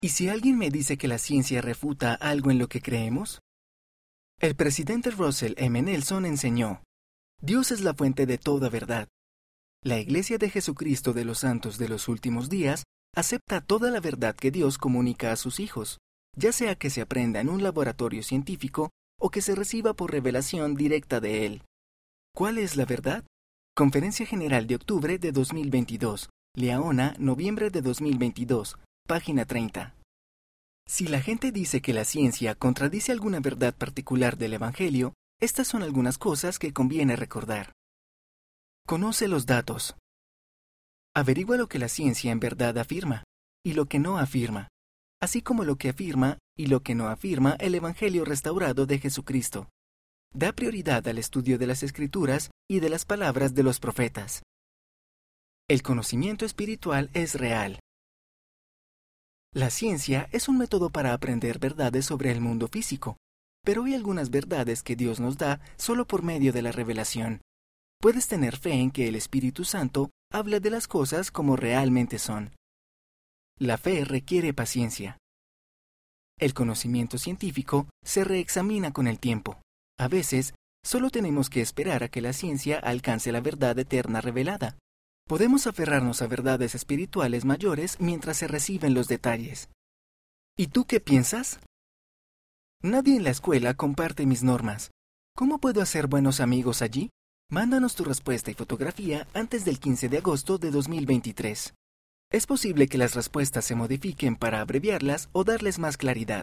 ¿Y si alguien me dice que la ciencia refuta algo en lo que creemos? El presidente Russell M. Nelson enseñó: Dios es la fuente de toda verdad. La Iglesia de Jesucristo de los Santos de los Últimos Días acepta toda la verdad que Dios comunica a sus hijos, ya sea que se aprenda en un laboratorio científico o que se reciba por revelación directa de Él. ¿Cuál es la verdad? Conferencia General de octubre de 2022, Liaona, noviembre de 2022, página 30. Si la gente dice que la ciencia contradice alguna verdad particular del Evangelio, estas son algunas cosas que conviene recordar. Conoce los datos. Averigua lo que la ciencia en verdad afirma y lo que no afirma, así como lo que afirma y lo que no afirma el Evangelio restaurado de Jesucristo. Da prioridad al estudio de las Escrituras y de las palabras de los profetas. El conocimiento espiritual es real. La ciencia es un método para aprender verdades sobre el mundo físico, pero hay algunas verdades que Dios nos da solo por medio de la revelación. Puedes tener fe en que el Espíritu Santo habla de las cosas como realmente son. La fe requiere paciencia. El conocimiento científico se reexamina con el tiempo. A veces, solo tenemos que esperar a que la ciencia alcance la verdad eterna revelada. Podemos aferrarnos a verdades espirituales mayores mientras se reciben los detalles. ¿Y tú qué piensas? Nadie en la escuela comparte mis normas. ¿Cómo puedo hacer buenos amigos allí? Mándanos tu respuesta y fotografía antes del 15 de agosto de 2023. Es posible que las respuestas se modifiquen para abreviarlas o darles más claridad.